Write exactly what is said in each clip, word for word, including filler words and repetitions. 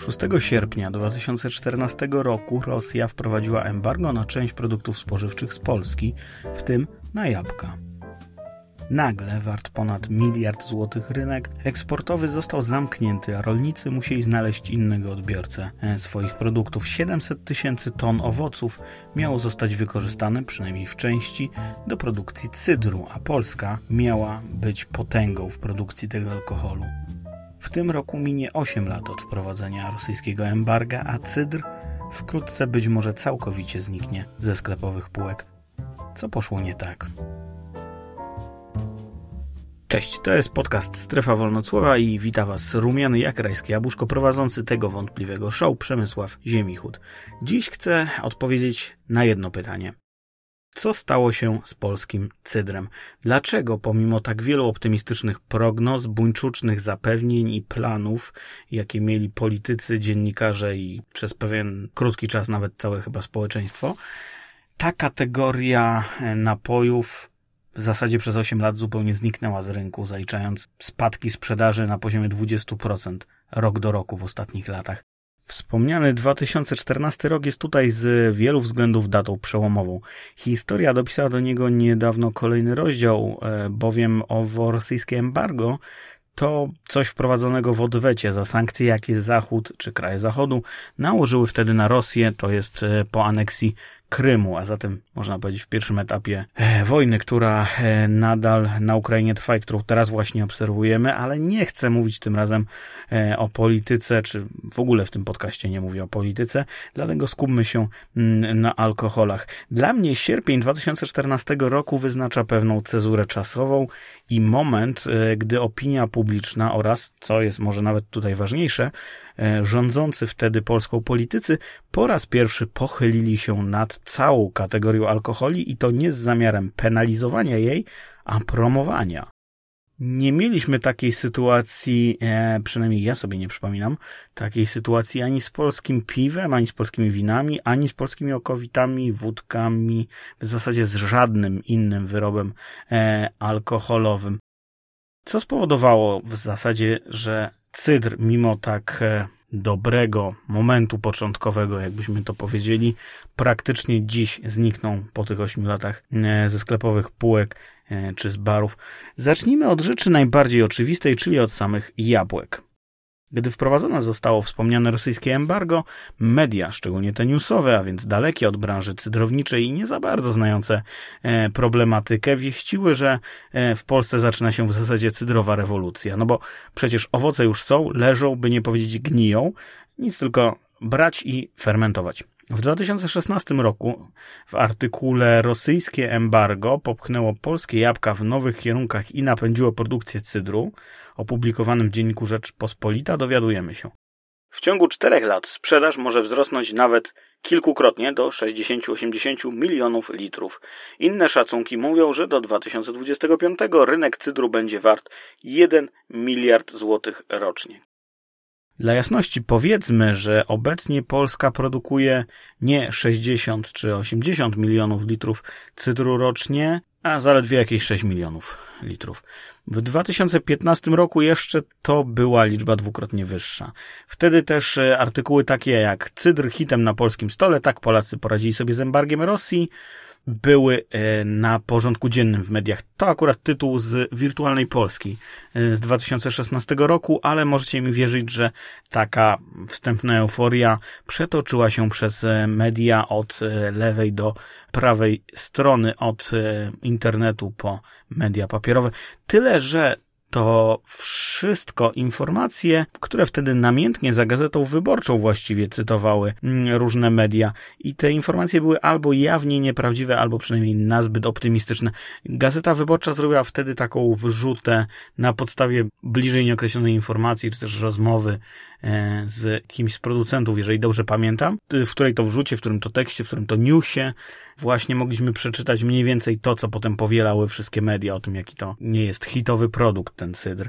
szóstego sierpnia dwa tysiące czternastego roku Rosja wprowadziła embargo na część produktów spożywczych z Polski, w tym na jabłka. Nagle wart ponad miliard złotych rynek eksportowy został zamknięty, a rolnicy musieli znaleźć innego odbiorcę swoich produktów. siedemset tysięcy ton owoców miało zostać wykorzystane, przynajmniej w części, do produkcji cydru, a Polska miała być potęgą w produkcji tego alkoholu. W tym roku minie osiem lat od wprowadzenia rosyjskiego embarga, a cydr wkrótce być może całkowicie zniknie ze sklepowych półek. Co poszło nie tak? Cześć, to jest podcast Strefa Wolnocłowa i wita Was rumiany jak rajskie jabłuszko prowadzący tego wątpliwego show Przemysław Ziemichut. Dziś chcę odpowiedzieć na jedno pytanie. Co stało się z polskim cydrem? Dlaczego pomimo tak wielu optymistycznych prognoz, buńczucznych zapewnień i planów, jakie mieli politycy, dziennikarze i przez pewien krótki czas nawet całe chyba społeczeństwo, ta kategoria napojów w zasadzie przez osiem lat zupełnie zniknęła z rynku, zaliczając spadki sprzedaży na poziomie dwadzieścia procent rok do roku w ostatnich latach. Wspomniany dwa tysiące czternasty rok jest tutaj z wielu względów datą przełomową. Historia dopisała do niego niedawno kolejny rozdział, bowiem owo rosyjskie embargo to coś wprowadzonego w odwecie za sankcje, jakie Zachód czy kraje Zachodu nałożyły wtedy na Rosję, to jest po aneksji Krymu, a zatem można powiedzieć w pierwszym etapie e, wojny, która e, nadal na Ukrainie trwa i którą teraz właśnie obserwujemy, ale nie chcę mówić tym razem e, o polityce, czy w ogóle w tym podcaście nie mówię o polityce, dlatego skupmy się mm, na alkoholach. Dla mnie sierpień dwa tysiące czternastego roku wyznacza pewną cezurę czasową i moment, e, gdy opinia publiczna oraz, co jest może nawet tutaj ważniejsze, rządzący wtedy Polską politycy po raz pierwszy pochylili się nad całą kategorią alkoholi i to nie z zamiarem penalizowania jej, a promowania. Nie mieliśmy takiej sytuacji, e, przynajmniej ja sobie nie przypominam, takiej sytuacji ani z polskim piwem, ani z polskimi winami, ani z polskimi okowitami, wódkami, w zasadzie z żadnym innym wyrobem e, alkoholowym. Co spowodowało w zasadzie, że cydr, mimo tak dobrego momentu początkowego, jakbyśmy to powiedzieli, praktycznie dziś zniknął po tych ośmiu latach ze sklepowych półek czy z barów. Zacznijmy od rzeczy najbardziej oczywistej, czyli od samych jabłek. Gdy wprowadzone zostało wspomniane rosyjskie embargo, media, szczególnie te newsowe, a więc dalekie od branży cydrowniczej i nie za bardzo znające e, problematykę, wieściły, że e, w Polsce zaczyna się w zasadzie cydrowa rewolucja. No bo przecież owoce już są, leżą, by nie powiedzieć gniją, nic tylko brać i fermentować. W dwa tysiące szesnastym roku w artykule Rosyjskie embargo popchnęło polskie jabłka w nowych kierunkach i napędziło produkcję cydru, opublikowanym w dzienniku Rzeczpospolita, dowiadujemy się. W ciągu czterech lat sprzedaż może wzrosnąć nawet kilkukrotnie do sześćdziesiąt do osiemdziesięciu milionów litrów. Inne szacunki mówią, że do dwa tysiące dwudziestego piątego rynek cydru będzie wart jeden miliard złotych rocznie. Dla jasności powiedzmy, że obecnie Polska produkuje nie sześćdziesiąt czy osiemdziesiąt milionów litrów cydru rocznie, a zaledwie jakieś sześć milionów litrów. W dwa tysiące piętnastym roku jeszcze to była liczba dwukrotnie wyższa. Wtedy też artykuły takie jak cydr hitem na polskim stole, tak Polacy poradzili sobie z embargiem Rosji, były na porządku dziennym w mediach. To akurat tytuł z Wirtualnej Polski z dwa tysiące szesnastego roku, ale możecie mi wierzyć, że taka wstępna euforia przetoczyła się przez media od lewej do prawej strony, od internetu po media papierowe. Tyle, że to wszystko informacje, które wtedy namiętnie za Gazetą Wyborczą właściwie cytowały różne media. I te informacje były albo jawnie nieprawdziwe, albo przynajmniej nazbyt optymistyczne. Gazeta Wyborcza zrobiła wtedy taką wrzutę na podstawie bliżej nieokreślonej informacji, czy też rozmowy z kimś z producentów, jeżeli dobrze pamiętam, w której to wrzucie, w którym to tekście, w którym to newsie właśnie mogliśmy przeczytać mniej więcej to, co potem powielały wszystkie media o tym, jaki to nie jest hitowy produkt, ten cydr.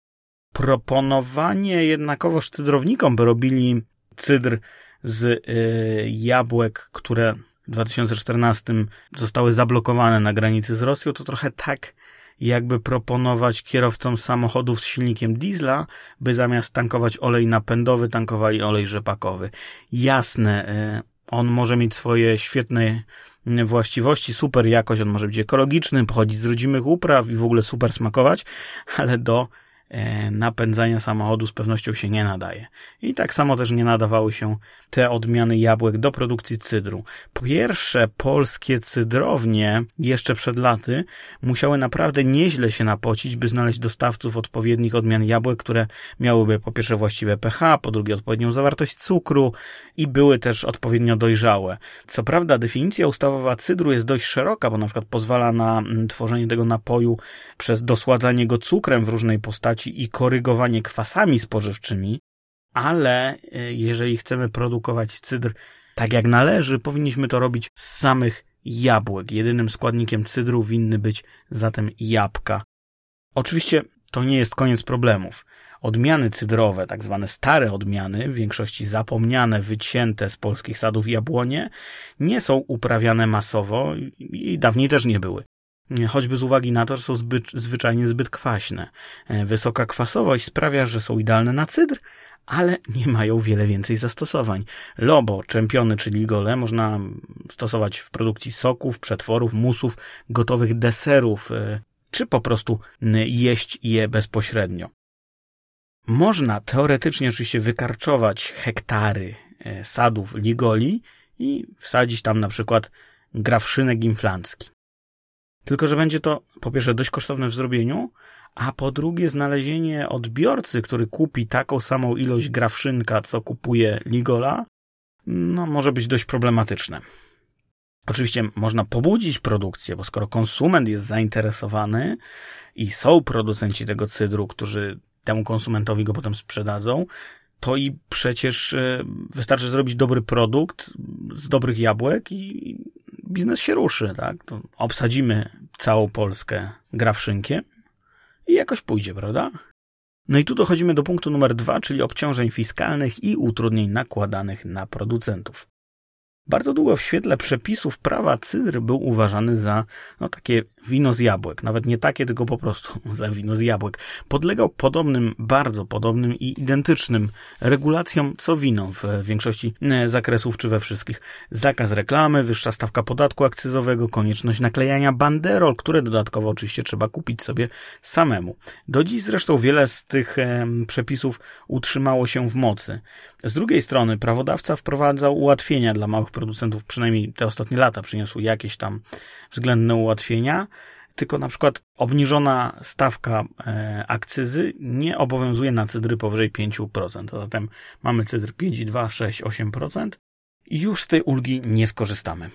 Proponowanie jednakowoż cydrownikom, by robili cydr z y, jabłek, które w dwa tysiące czternastym zostały zablokowane na granicy z Rosją, to trochę tak jakby proponować kierowcom samochodów z silnikiem diesla, by zamiast tankować olej napędowy, tankowali olej rzepakowy. Jasne, on może mieć swoje świetne właściwości, super jakość, on może być ekologiczny, pochodzić z rodzimych upraw i w ogóle super smakować, ale do napędzania samochodu z pewnością się nie nadaje. I tak samo też nie nadawały się te odmiany jabłek do produkcji cydru. Pierwsze polskie cydrownie jeszcze przed laty musiały naprawdę nieźle się napocić, by znaleźć dostawców odpowiednich odmian jabłek, które miałyby po pierwsze właściwe pH, po drugie odpowiednią zawartość cukru i były też odpowiednio dojrzałe. Co prawda definicja ustawowa cydru jest dość szeroka, bo na przykład pozwala na tworzenie tego napoju przez dosładzanie go cukrem w różnej postaci i korygowanie kwasami spożywczymi, ale jeżeli chcemy produkować cydr tak jak należy, powinniśmy to robić z samych jabłek. Jedynym składnikiem cydru winny być zatem jabłka. Oczywiście to nie jest koniec problemów. Odmiany cydrowe, tak zwane stare odmiany, w większości zapomniane, wycięte z polskich sadów jabłonie, nie są uprawiane masowo i dawniej też nie były. Choćby z uwagi na to, że są zbyt, zwyczajnie zbyt kwaśne. Wysoka kwasowość sprawia, że są idealne na cydr, ale nie mają wiele więcej zastosowań. Lobo, czempiony czy ligole można stosować w produkcji soków, przetworów, musów, gotowych deserów, czy po prostu jeść je bezpośrednio. Można teoretycznie oczywiście wykarczować hektary sadów ligoli i wsadzić tam na przykład grafszynek inflancki. Tylko że będzie to po pierwsze dość kosztowne w zrobieniu, a po drugie znalezienie odbiorcy, który kupi taką samą ilość grafszynka, co kupuje ligola, no może być dość problematyczne. Oczywiście można pobudzić produkcję, bo skoro konsument jest zainteresowany i są producenci tego cydru, którzy temu konsumentowi go potem sprzedadzą, to i przecież wystarczy zrobić dobry produkt z dobrych jabłek i biznes się ruszy, tak? To obsadzimy całą Polskę grafszynkiem i jakoś pójdzie, prawda? No i tu dochodzimy do punktu numer dwa, czyli obciążeń fiskalnych i utrudnień nakładanych na producentów. Bardzo długo w świetle przepisów prawa cydr był uważany za no, takie wino z jabłek. Nawet nie takie, tylko po prostu za wino z jabłek. Podlegał podobnym, bardzo podobnym i identycznym regulacjom co wino w większości zakresów czy we wszystkich. Zakaz reklamy, wyższa stawka podatku akcyzowego, konieczność naklejania banderol, które dodatkowo oczywiście trzeba kupić sobie samemu. Do dziś zresztą wiele z tych e, przepisów utrzymało się w mocy. Z drugiej strony prawodawca wprowadzał ułatwienia dla małych producentów, przynajmniej te ostatnie lata przyniosły jakieś tam względne ułatwienia, tylko na przykład obniżona stawka e, akcyzy nie obowiązuje na cydry powyżej pięć procent, a zatem mamy cydr pięć, dwa, sześć, osiem procent i już z tej ulgi nie skorzystamy.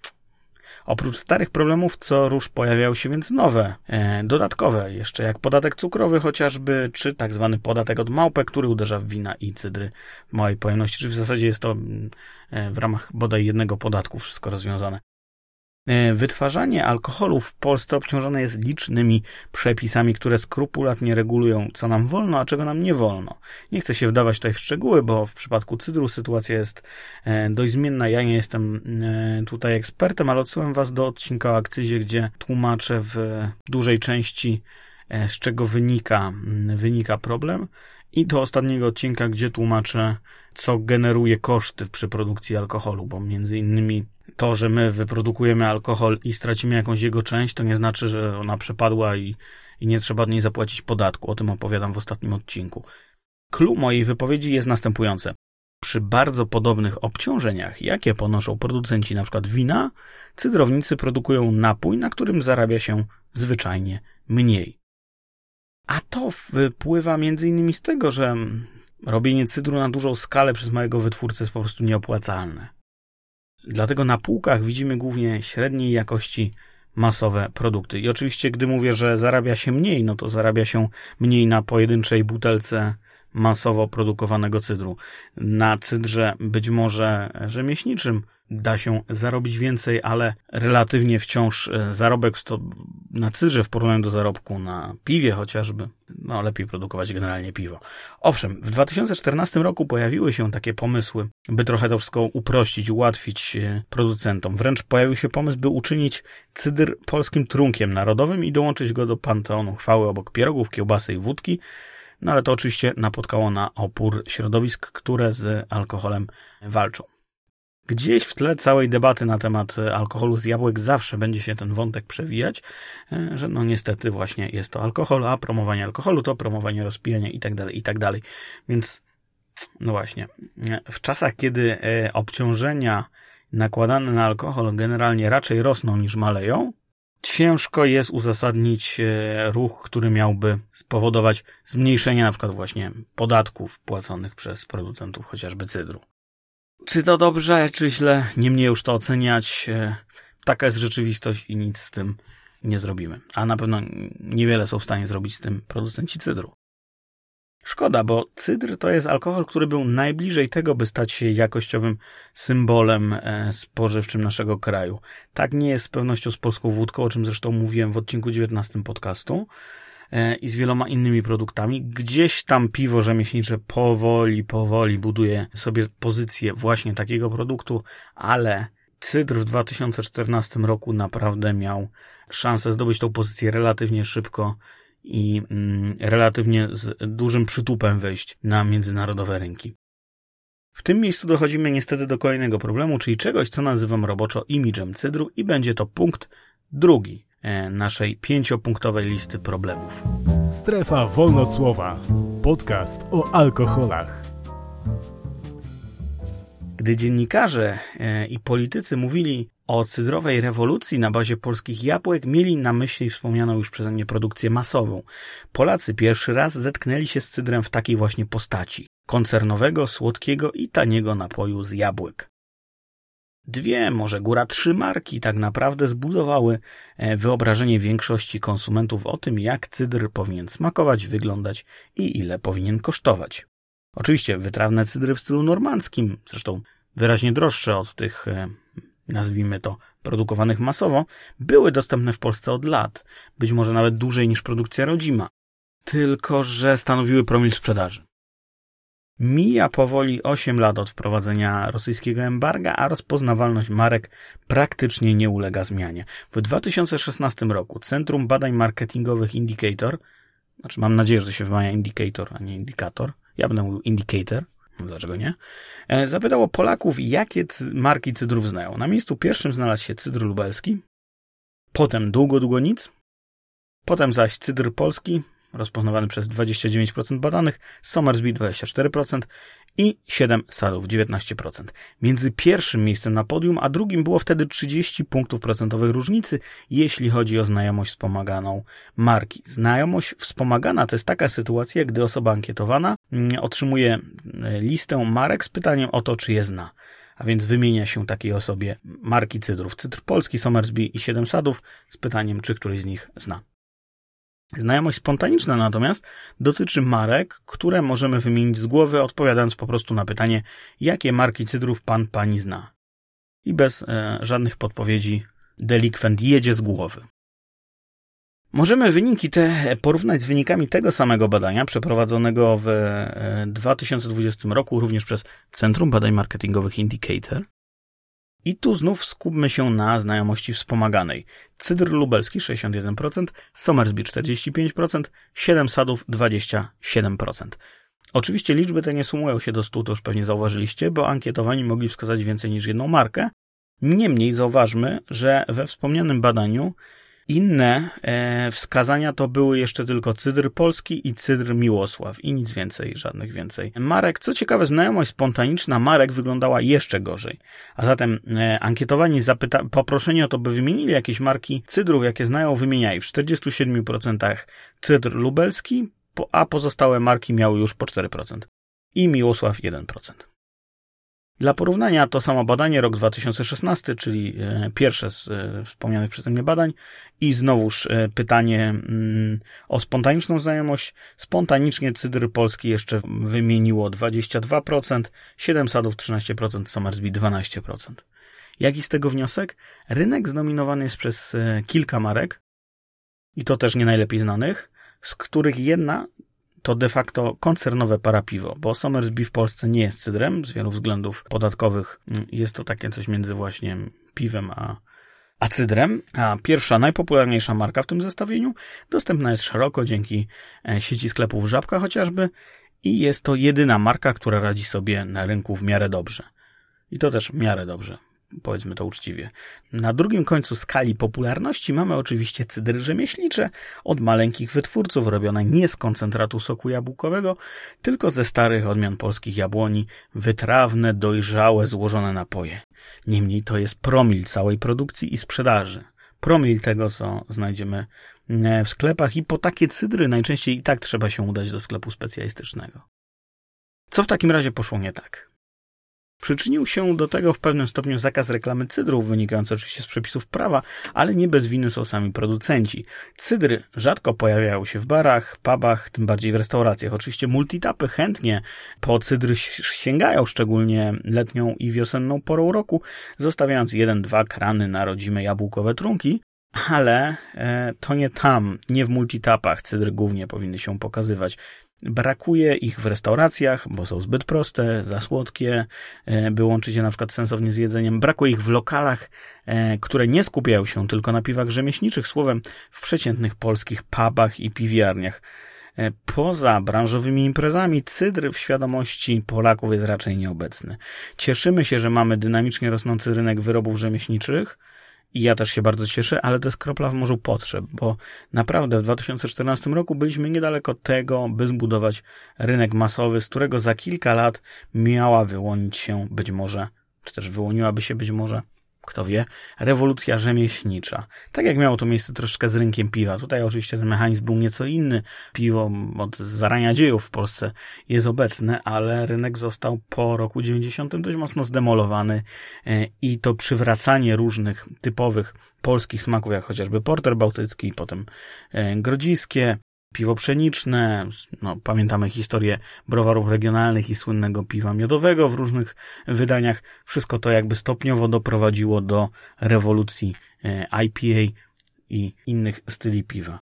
Oprócz starych problemów co rusz pojawiały się więc nowe, e, dodatkowe, jeszcze jak podatek cukrowy chociażby, czy tak zwany podatek od małpek, który uderza w wina i cydry w małej pojemności, czy w zasadzie jest to e, w ramach bodaj jednego podatku wszystko rozwiązane. E, wytwarzanie alkoholu w Polsce obciążone jest licznymi przepisami, które skrupulatnie regulują, co nam wolno, a czego nam nie wolno. Nie chcę się wdawać tutaj w szczegóły, bo w przypadku cydru sytuacja jest e, dość zmienna. Ja nie jestem e, tutaj ekspertem, ale odsyłam Was do odcinka o akcyzie, gdzie tłumaczę w dużej części, e, z czego wynika, wynika problem. I do ostatniego odcinka, gdzie tłumaczę, co generuje koszty przy produkcji alkoholu, bo między innymi to, że my wyprodukujemy alkohol i stracimy jakąś jego część, to nie znaczy, że ona przepadła i, i nie trzeba od niej zapłacić podatku. O tym opowiadam w ostatnim odcinku. Clou mojej wypowiedzi jest następujące. Przy bardzo podobnych obciążeniach, jakie ponoszą producenci np. wina, cydrownicy produkują napój, na którym zarabia się zwyczajnie mniej. A to wypływa między innymi z tego, że robienie cydru na dużą skalę przez małego wytwórcę jest po prostu nieopłacalne. Dlatego na półkach widzimy głównie średniej jakości masowe produkty. I oczywiście, gdy mówię, że zarabia się mniej, no to zarabia się mniej na pojedynczej butelce masowo produkowanego cydru. Na cydrze być może rzemieślniczym da się zarobić więcej, ale relatywnie wciąż zarobek to na cydrze w porównaniu do zarobku na piwie chociażby, no lepiej produkować generalnie piwo. Owszem, w dwa tysiące czternastym roku pojawiły się takie pomysły, by trochę to wszystko uprościć, ułatwić producentom. Wręcz pojawił się pomysł, by uczynić cydr polskim trunkiem narodowym i dołączyć go do panteonu chwały obok pierogów, kiełbasy i wódki. No ale to oczywiście napotkało na opór środowisk, które z alkoholem walczą. Gdzieś w tle całej debaty na temat alkoholu z jabłek zawsze będzie się ten wątek przewijać, że no niestety właśnie jest to alkohol, a promowanie alkoholu to promowanie rozpijania i tak dalej, i tak dalej. Więc no właśnie, w czasach, kiedy obciążenia nakładane na alkohol generalnie raczej rosną niż maleją, ciężko jest uzasadnić ruch, który miałby spowodować zmniejszenie na przykład właśnie podatków płaconych przez producentów chociażby cydru. Czy to dobrze, czy źle? Niemniej już to oceniać. Taka jest rzeczywistość i nic z tym nie zrobimy. A na pewno niewiele są w stanie zrobić z tym producenci cydru. Szkoda, bo cydr to jest alkohol, który był najbliżej tego, by stać się jakościowym symbolem spożywczym naszego kraju. Tak nie jest z pewnością z polską wódką, o czym zresztą mówiłem w odcinku dziewiętnastym podcastu, i z wieloma innymi produktami. Gdzieś tam piwo rzemieślnicze powoli, powoli buduje sobie pozycję właśnie takiego produktu, ale cydr w dwa tysiące czternastym roku naprawdę miał szansę zdobyć tą pozycję relatywnie szybko i mm, relatywnie z dużym przytupem wejść na międzynarodowe rynki. W tym miejscu dochodzimy niestety do kolejnego problemu, czyli czegoś, co nazywam roboczo imidżem cydru i będzie to punkt drugi naszej pięciopunktowej listy problemów. Strefa Wolnocłowa. Podcast o alkoholach. Gdy dziennikarze i politycy mówili o cydrowej rewolucji na bazie polskich jabłek, mieli na myśli wspomnianą już przeze mnie produkcję masową. Polacy pierwszy raz zetknęli się z cydrem w takiej właśnie postaci. Koncernowego, słodkiego i taniego napoju z jabłek. Dwie, może góra trzy marki tak naprawdę zbudowały wyobrażenie większości konsumentów o tym, jak cydr powinien smakować, wyglądać i ile powinien kosztować. Oczywiście wytrawne cydry w stylu normandzkim, zresztą wyraźnie droższe od tych, nazwijmy to, produkowanych masowo, były dostępne w Polsce od lat, być może nawet dłużej niż produkcja rodzima, tylko że stanowiły promil sprzedaży. Mija powoli osiem lat od wprowadzenia rosyjskiego embarga, a rozpoznawalność marek praktycznie nie ulega zmianie. W dwa tysiące szesnastym roku Centrum Badań Marketingowych Indicator, znaczy mam nadzieję, że to się wymawia Indicator, a nie Indikator, ja będę mówił Indicator, no dlaczego nie, zapytało Polaków, jakie cy- marki cydrów znają. Na miejscu pierwszym znalazł się cydr lubelski, potem długo, długo nic, potem zaś cydr polski, rozpoznawany przez dwadzieścia dziewięć procent badanych, Somersby dwadzieścia cztery procent i siedem sadów dziewiętnaście procent. Między pierwszym miejscem na podium, a drugim było wtedy trzydzieści punktów procentowych różnicy, jeśli chodzi o znajomość wspomaganą marki. Znajomość wspomagana to jest taka sytuacja, gdy osoba ankietowana otrzymuje listę marek z pytaniem o to, czy je zna. A więc wymienia się takiej osobie marki cydrów. Cydr polski, Somersby i siedem sadów z pytaniem, czy któryś z nich zna. Znajomość spontaniczna natomiast dotyczy marek, które możemy wymienić z głowy, odpowiadając po prostu na pytanie, jakie marki cydrów pan, pani zna. I bez e, żadnych podpowiedzi delikwent jedzie z głowy. Możemy wyniki te porównać z wynikami tego samego badania przeprowadzonego w e, dwa tysiące dwudziestym roku również przez Centrum Badań Marketingowych Indicator. I tu znów skupmy się na znajomości wspomaganej. Cydr lubelski sześćdziesiąt jeden procent, Somersby czterdzieści pięć procent, siedem sadów dwadzieścia siedem procent. Oczywiście liczby te nie sumują się do stu, to już pewnie zauważyliście, bo ankietowani mogli wskazać więcej niż jedną markę. Niemniej zauważmy, że we wspomnianym badaniu inne e, wskazania to były jeszcze tylko cydr polski i cydr Miłosław i nic więcej, żadnych więcej marek. Co ciekawe, znajomość spontaniczna marek wyglądała jeszcze gorzej. A zatem e, ankietowani zapyta- poproszeni o to, by wymienili jakieś marki cydrów, jakie znają, wymieniali w czterdziestu siedmiu procentach cydr lubelski, po, a pozostałe marki miały już po cztery procent i Miłosław jeden procent. Dla porównania to samo badanie, rok dwa tysiące szesnasty, czyli pierwsze z wspomnianych przeze mnie badań i znowuż pytanie o spontaniczną znajomość. Spontanicznie cydr polski jeszcze wymieniło dwadzieścia dwa procent, siedem sadów trzynaście procent, Somersby dwanaście procent. Jaki z tego wniosek? Rynek zdominowany jest przez kilka marek i to też nie najlepiej znanych, z których jedna to de facto koncernowe parapiwo, bo Somersby w Polsce nie jest cydrem z wielu względów podatkowych. Jest to takie coś między właśnie piwem a, a cydrem. A pierwsza, najpopularniejsza marka w tym zestawieniu dostępna jest szeroko dzięki sieci sklepów Żabka chociażby i jest to jedyna marka, która radzi sobie na rynku w miarę dobrze. I to też w miarę dobrze. Powiedzmy to uczciwie. Na drugim końcu skali popularności mamy oczywiście cydry rzemieślnicze od maleńkich wytwórców, robione nie z koncentratu soku jabłkowego, tylko ze starych odmian polskich jabłoni, wytrawne, dojrzałe, złożone napoje. Niemniej to jest promil całej produkcji i sprzedaży. Promil tego, co znajdziemy w sklepach i po takie cydry najczęściej i tak trzeba się udać do sklepu specjalistycznego. Co w takim razie poszło nie tak? Przyczynił się do tego w pewnym stopniu zakaz reklamy cydrów, wynikający oczywiście z przepisów prawa, ale nie bez winy są sami producenci. Cydry rzadko pojawiają się w barach, pubach, tym bardziej w restauracjach. Oczywiście multitapy chętnie po cydry sięgają, szczególnie letnią i wiosenną porą roku, zostawiając jeden, dwa krany na rodzime jabłkowe trunki, ale e, to nie tam, nie w multitapach cydry głównie powinny się pokazywać. Brakuje ich w restauracjach, bo są zbyt proste, za słodkie, by łączyć je na przykład sensownie z jedzeniem. Brakuje ich w lokalach, które nie skupiają się tylko na piwach rzemieślniczych, słowem w przeciętnych polskich pubach i piwiarniach. Poza branżowymi imprezami cydr w świadomości Polaków jest raczej nieobecny. Cieszymy się, że mamy dynamicznie rosnący rynek wyrobów rzemieślniczych, i ja też się bardzo cieszę, ale to jest kropla w morzu potrzeb, bo naprawdę w dwa tysiące czternastym roku byliśmy niedaleko tego, by zbudować rynek masowy, z którego za kilka lat miała wyłonić się być może, czy też wyłoniłaby się być może, kto wie, rewolucja rzemieślnicza. Tak jak miało to miejsce troszeczkę z rynkiem piwa. Tutaj oczywiście ten mechanizm był nieco inny. Piwo od zarania dziejów w Polsce jest obecne, ale rynek został po roku dziewięćdziesiątym dość mocno zdemolowany i to przywracanie różnych typowych polskich smaków, jak chociażby porter bałtycki, potem grodziskie, piwo pszeniczne, no, pamiętamy historię browarów regionalnych i słynnego piwa miodowego w różnych wydaniach. Wszystko to jakby stopniowo doprowadziło do rewolucji I P A i innych styli piwa.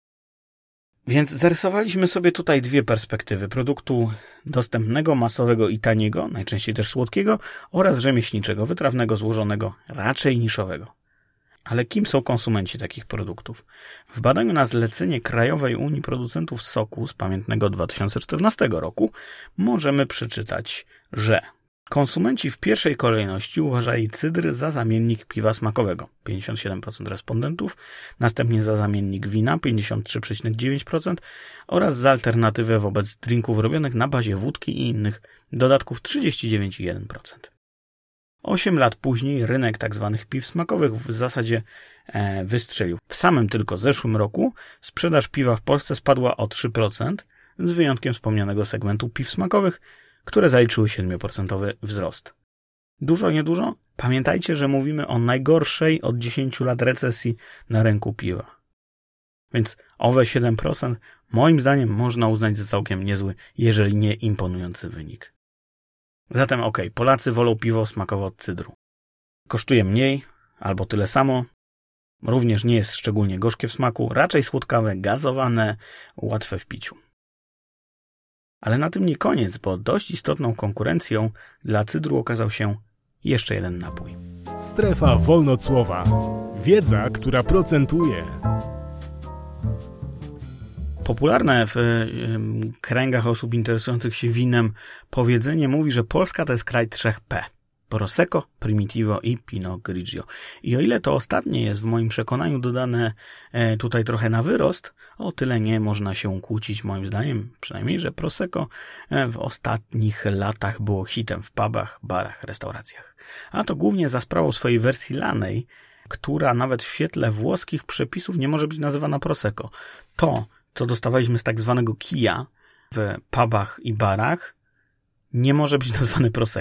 Więc zarysowaliśmy sobie tutaj dwie perspektywy produktu dostępnego, masowego i taniego, najczęściej też słodkiego, oraz rzemieślniczego, wytrawnego, złożonego, raczej niszowego. Ale kim są konsumenci takich produktów? W badaniu na zlecenie Krajowej Unii Producentów Soku z pamiętnego dwa tysiące czternastego roku możemy przeczytać, że konsumenci w pierwszej kolejności uważali cydr za zamiennik piwa smakowego, pięćdziesiąt siedem procent respondentów, następnie za zamiennik wina, pięćdziesiąt trzy przecinek dziewięć procent oraz za alternatywę wobec drinków robionych na bazie wódki i innych dodatków trzydzieści dziewięć przecinek jeden procent. Osiem lat później rynek tzw. piw smakowych w zasadzie e, wystrzelił. W samym tylko zeszłym roku sprzedaż piwa w Polsce spadła o trzy procent, z wyjątkiem wspomnianego segmentu piw smakowych, które zaliczyły siedem procent wzrost. Dużo, niedużo? Pamiętajcie, że mówimy o najgorszej od dziesięciu lat recesji na rynku piwa. Więc owe siedem procent moim zdaniem można uznać za całkiem niezły, jeżeli nie imponujący wynik. Zatem okej, okay, Polacy wolą piwo smakowe od cydru. Kosztuje mniej, albo tyle samo. Również nie jest szczególnie gorzkie w smaku, raczej słodkawe, gazowane, łatwe w piciu. Ale na tym nie koniec, bo dość istotną konkurencją dla cydru okazał się jeszcze jeden napój. Strefa wolnocłowa. Wiedza, która procentuje. Popularne w kręgach osób interesujących się winem powiedzenie mówi, że Polska to jest kraj trzech P. Prosecco, Primitivo i Pinot Grigio. I o ile to ostatnie jest w moim przekonaniu dodane tutaj trochę na wyrost, o tyle nie można się kłócić moim zdaniem, przynajmniej, że Prosecco w ostatnich latach było hitem w pubach, barach, restauracjach. A to głównie za sprawą swojej wersji lanej, która nawet w świetle włoskich przepisów nie może być nazywana Prosecco. To, co dostawaliśmy z tak zwanego kija w pubach i barach, nie może być nazwane Prosecco.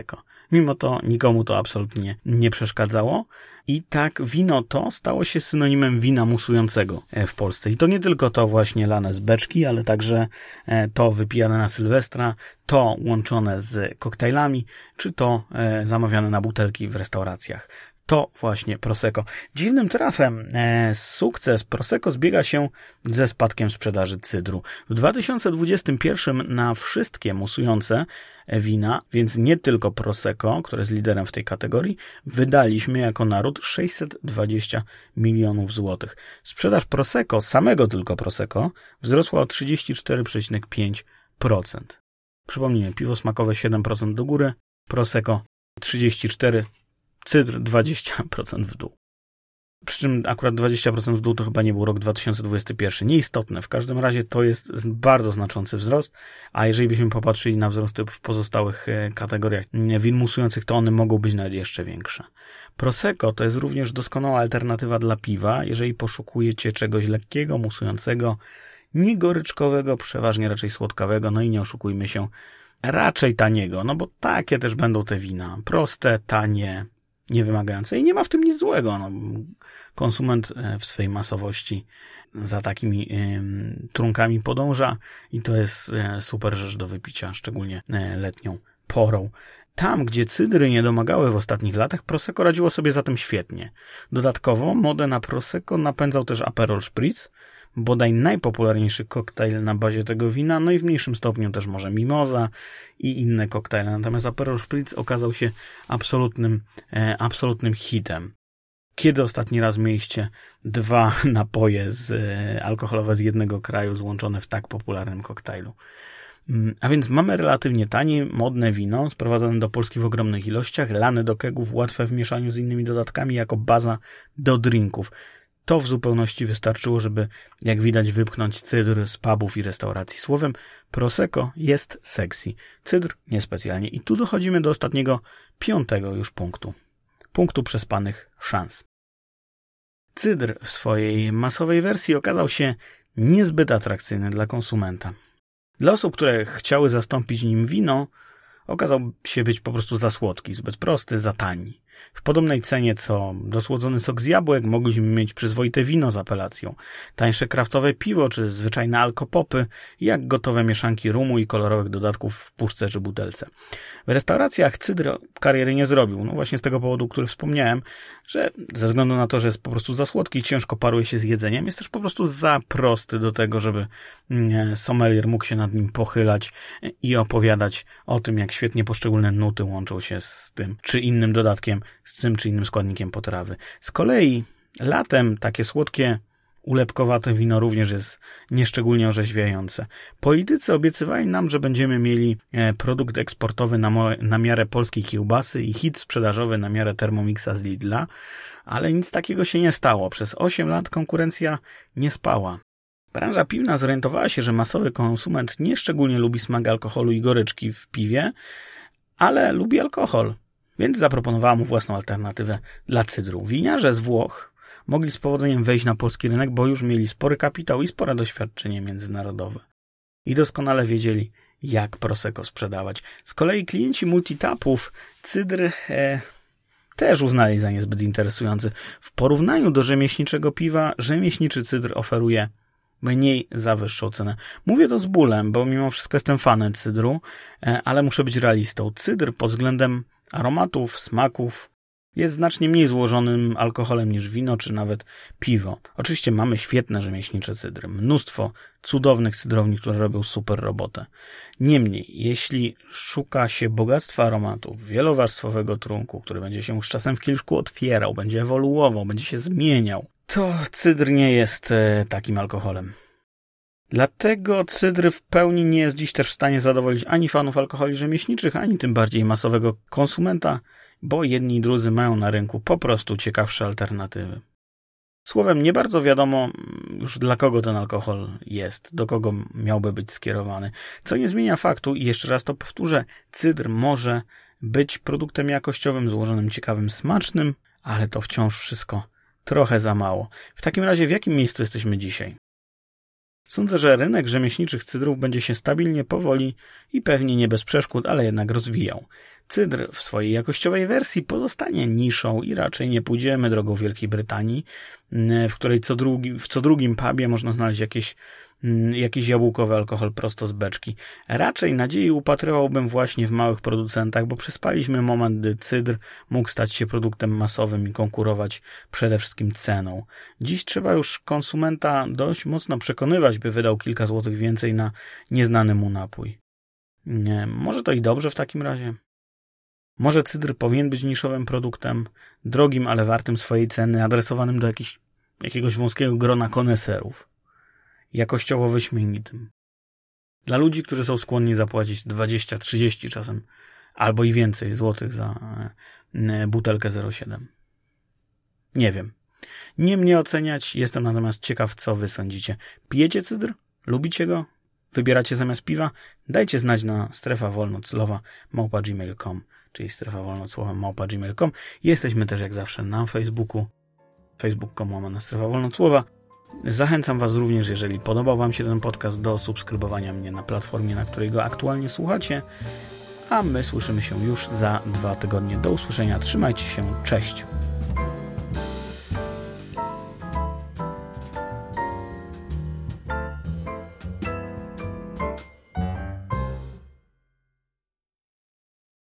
Mimo to nikomu to absolutnie nie przeszkadzało. I tak wino to stało się synonimem wina musującego w Polsce. I to nie tylko to właśnie lane z beczki, ale także to wypijane na Sylwestra, to łączone z koktajlami, czy to zamawiane na butelki w restauracjach. To właśnie Prosecco. Dziwnym trafem e, sukces Prosecco zbiega się ze spadkiem sprzedaży cydru. W dwa tysiące dwudziestym pierwszym na wszystkie musujące wina, więc nie tylko Prosecco, które jest liderem w tej kategorii, wydaliśmy jako naród sześćset dwadzieścia milionów złotych. Sprzedaż Prosecco, samego tylko Prosecco, wzrosła o trzydzieści cztery przecinek pięć procent. Przypomnijmy, piwo smakowe siedem procent do góry, Prosecco trzydzieści cztery procent, cydr dwadzieścia procent w dół. Przy czym akurat dwadzieścia procent w dół to chyba nie był rok dwa tysiące dwudziesty pierwszy. Nieistotne. W każdym razie to jest bardzo znaczący wzrost, a jeżeli byśmy popatrzyli na wzrosty w pozostałych kategoriach win musujących, to one mogą być nawet jeszcze większe. Prosecco to jest również doskonała alternatywa dla piwa, jeżeli poszukujecie czegoś lekkiego, musującego, niegoryczkowego, przeważnie raczej słodkawego, no i nie oszukujmy się, raczej taniego, no bo takie też będą te wina. Proste, tanie, niewymagające i nie ma w tym nic złego. No, konsument w swej masowości za takimi y, trunkami podąża i to jest y, super rzecz do wypicia, szczególnie y, letnią porą. Tam, gdzie cydry nie domagały w ostatnich latach, Prosecco radziło sobie zatem świetnie. Dodatkowo modę na Prosecco napędzał też Aperol Spritz, bodaj najpopularniejszy koktajl na bazie tego wina, no i w mniejszym stopniu też może Mimoza i inne koktajle. Natomiast Aperol Spritz okazał się absolutnym, e, absolutnym hitem. Kiedy ostatni raz mieliście dwa napoje z, e, alkoholowe z jednego kraju złączone w tak popularnym koktajlu? A więc mamy relatywnie tanie, modne wino, sprowadzone do Polski w ogromnych ilościach, lane do kegów, łatwe w mieszaniu z innymi dodatkami jako baza do drinków. To w zupełności wystarczyło, żeby, jak widać, wypchnąć cydr z pubów i restauracji. Słowem, Prosecco jest sexy. Cydr niespecjalnie. I tu dochodzimy do ostatniego, piątego już punktu. Punktu przespanych szans. Cydr w swojej masowej wersji okazał się niezbyt atrakcyjny dla konsumenta. Dla osób, które chciały zastąpić nim wino, okazał się być po prostu za słodki, zbyt prosty, za tani. W podobnej cenie co dosłodzony sok z jabłek mogliśmy mieć przyzwoite wino z apelacją, tańsze kraftowe piwo czy zwyczajne alkopopy, jak gotowe mieszanki rumu i kolorowych dodatków w puszce czy butelce. W restauracjach cydr kariery nie zrobił, no właśnie z tego powodu, który wspomniałem, że ze względu na to, że jest po prostu za słodki i ciężko paruje się z jedzeniem, jest też po prostu za prosty do tego, żeby sommelier mógł się nad nim pochylać i opowiadać o tym, jak świetnie poszczególne nuty łączą się z tym czy innym dodatkiem, z tym czy innym składnikiem potrawy. Z kolei latem takie słodkie, ulepkowate wino również jest nieszczególnie orzeźwiające. Politycy obiecywali nam, że będziemy mieli produkt eksportowy na, mo- na miarę polskiej kiełbasy i hit sprzedażowy na miarę Thermomixa z Lidla, ale nic takiego się nie stało. Przez osiem lat konkurencja nie spała. Branża piwna zorientowała się, że masowy konsument nieszczególnie lubi smak alkoholu i goryczki w piwie, ale lubi alkohol. Więc zaproponowała mu własną alternatywę dla cydru. Winiarze z Włoch mogli z powodzeniem wejść na polski rynek, bo już mieli spory kapitał i spore doświadczenie międzynarodowe. I doskonale wiedzieli, jak Prosecco sprzedawać. Z kolei klienci multitapów cydr e, też uznali za niezbyt interesujący. W porównaniu do rzemieślniczego piwa, rzemieślniczy cydr oferuje mniej za wyższą cenę. Mówię to z bólem, bo mimo wszystko jestem fanem cydru, e, ale muszę być realistą. Cydr pod względem aromatów, smaków jest znacznie mniej złożonym alkoholem niż wino, czy nawet piwo. Oczywiście mamy świetne rzemieślnicze cydry, mnóstwo cudownych cydrowni, które robią super robotę. Niemniej, jeśli szuka się bogactwa aromatów, wielowarstwowego trunku, który będzie się z czasem w kieliszku otwierał, będzie ewoluował, będzie się zmieniał, to cydr nie jest e, takim alkoholem. Dlatego cydr w pełni nie jest dziś też w stanie zadowolić ani fanów alkoholi rzemieślniczych, ani tym bardziej masowego konsumenta, bo jedni i drudzy mają na rynku po prostu ciekawsze alternatywy. Słowem, nie bardzo wiadomo już dla kogo ten alkohol jest, do kogo miałby być skierowany. Co nie zmienia faktu, i jeszcze raz to powtórzę, cydr może być produktem jakościowym, złożonym, ciekawym, smacznym, ale to wciąż wszystko trochę za mało. W takim razie w jakim miejscu jesteśmy dzisiaj? Sądzę, że rynek rzemieślniczych cydrów będzie się stabilnie, powoli i pewnie nie bez przeszkód, ale jednak rozwijał. Cydr w swojej jakościowej wersji pozostanie niszą i raczej nie pójdziemy drogą Wielkiej Brytanii, w której co drugi, w co drugim pubie można znaleźć jakieś, jakiś jabłkowy alkohol prosto z beczki. Raczej nadziei upatrywałbym właśnie w małych producentach, bo przespaliśmy moment, gdy cydr mógł stać się produktem masowym i konkurować przede wszystkim ceną. Dziś trzeba już konsumenta dość mocno przekonywać, by wydał kilka złotych więcej na nieznany mu napój. Nie, może to i dobrze w takim razie. Może cydr powinien być niszowym produktem, drogim, ale wartym swojej ceny, adresowanym do jakiś, jakiegoś wąskiego grona koneserów, jakościowo wyśmienitym. Dla ludzi, którzy są skłonni zapłacić dwadzieścia, trzydzieści czasem, albo i więcej złotych za butelkę zero siedem. Nie wiem. Nie mnie oceniać, jestem natomiast ciekaw, co wy sądzicie. Pijecie cydr? Lubicie go? Wybieracie zamiast piwa? Dajcie znać na strefa wolnocłowa małpa gmail kropka com, czyli strefa wolnocłowa małpa gmail kropka com. Jesteśmy też jak zawsze na Facebooku, facebook kropka com łamana strefa wolnocłowa. Zachęcam was również, jeżeli podobał wam się ten podcast, do subskrybowania mnie na platformie, na której go aktualnie słuchacie. A my słyszymy się już za dwa tygodnie. Do usłyszenia, trzymajcie się, cześć!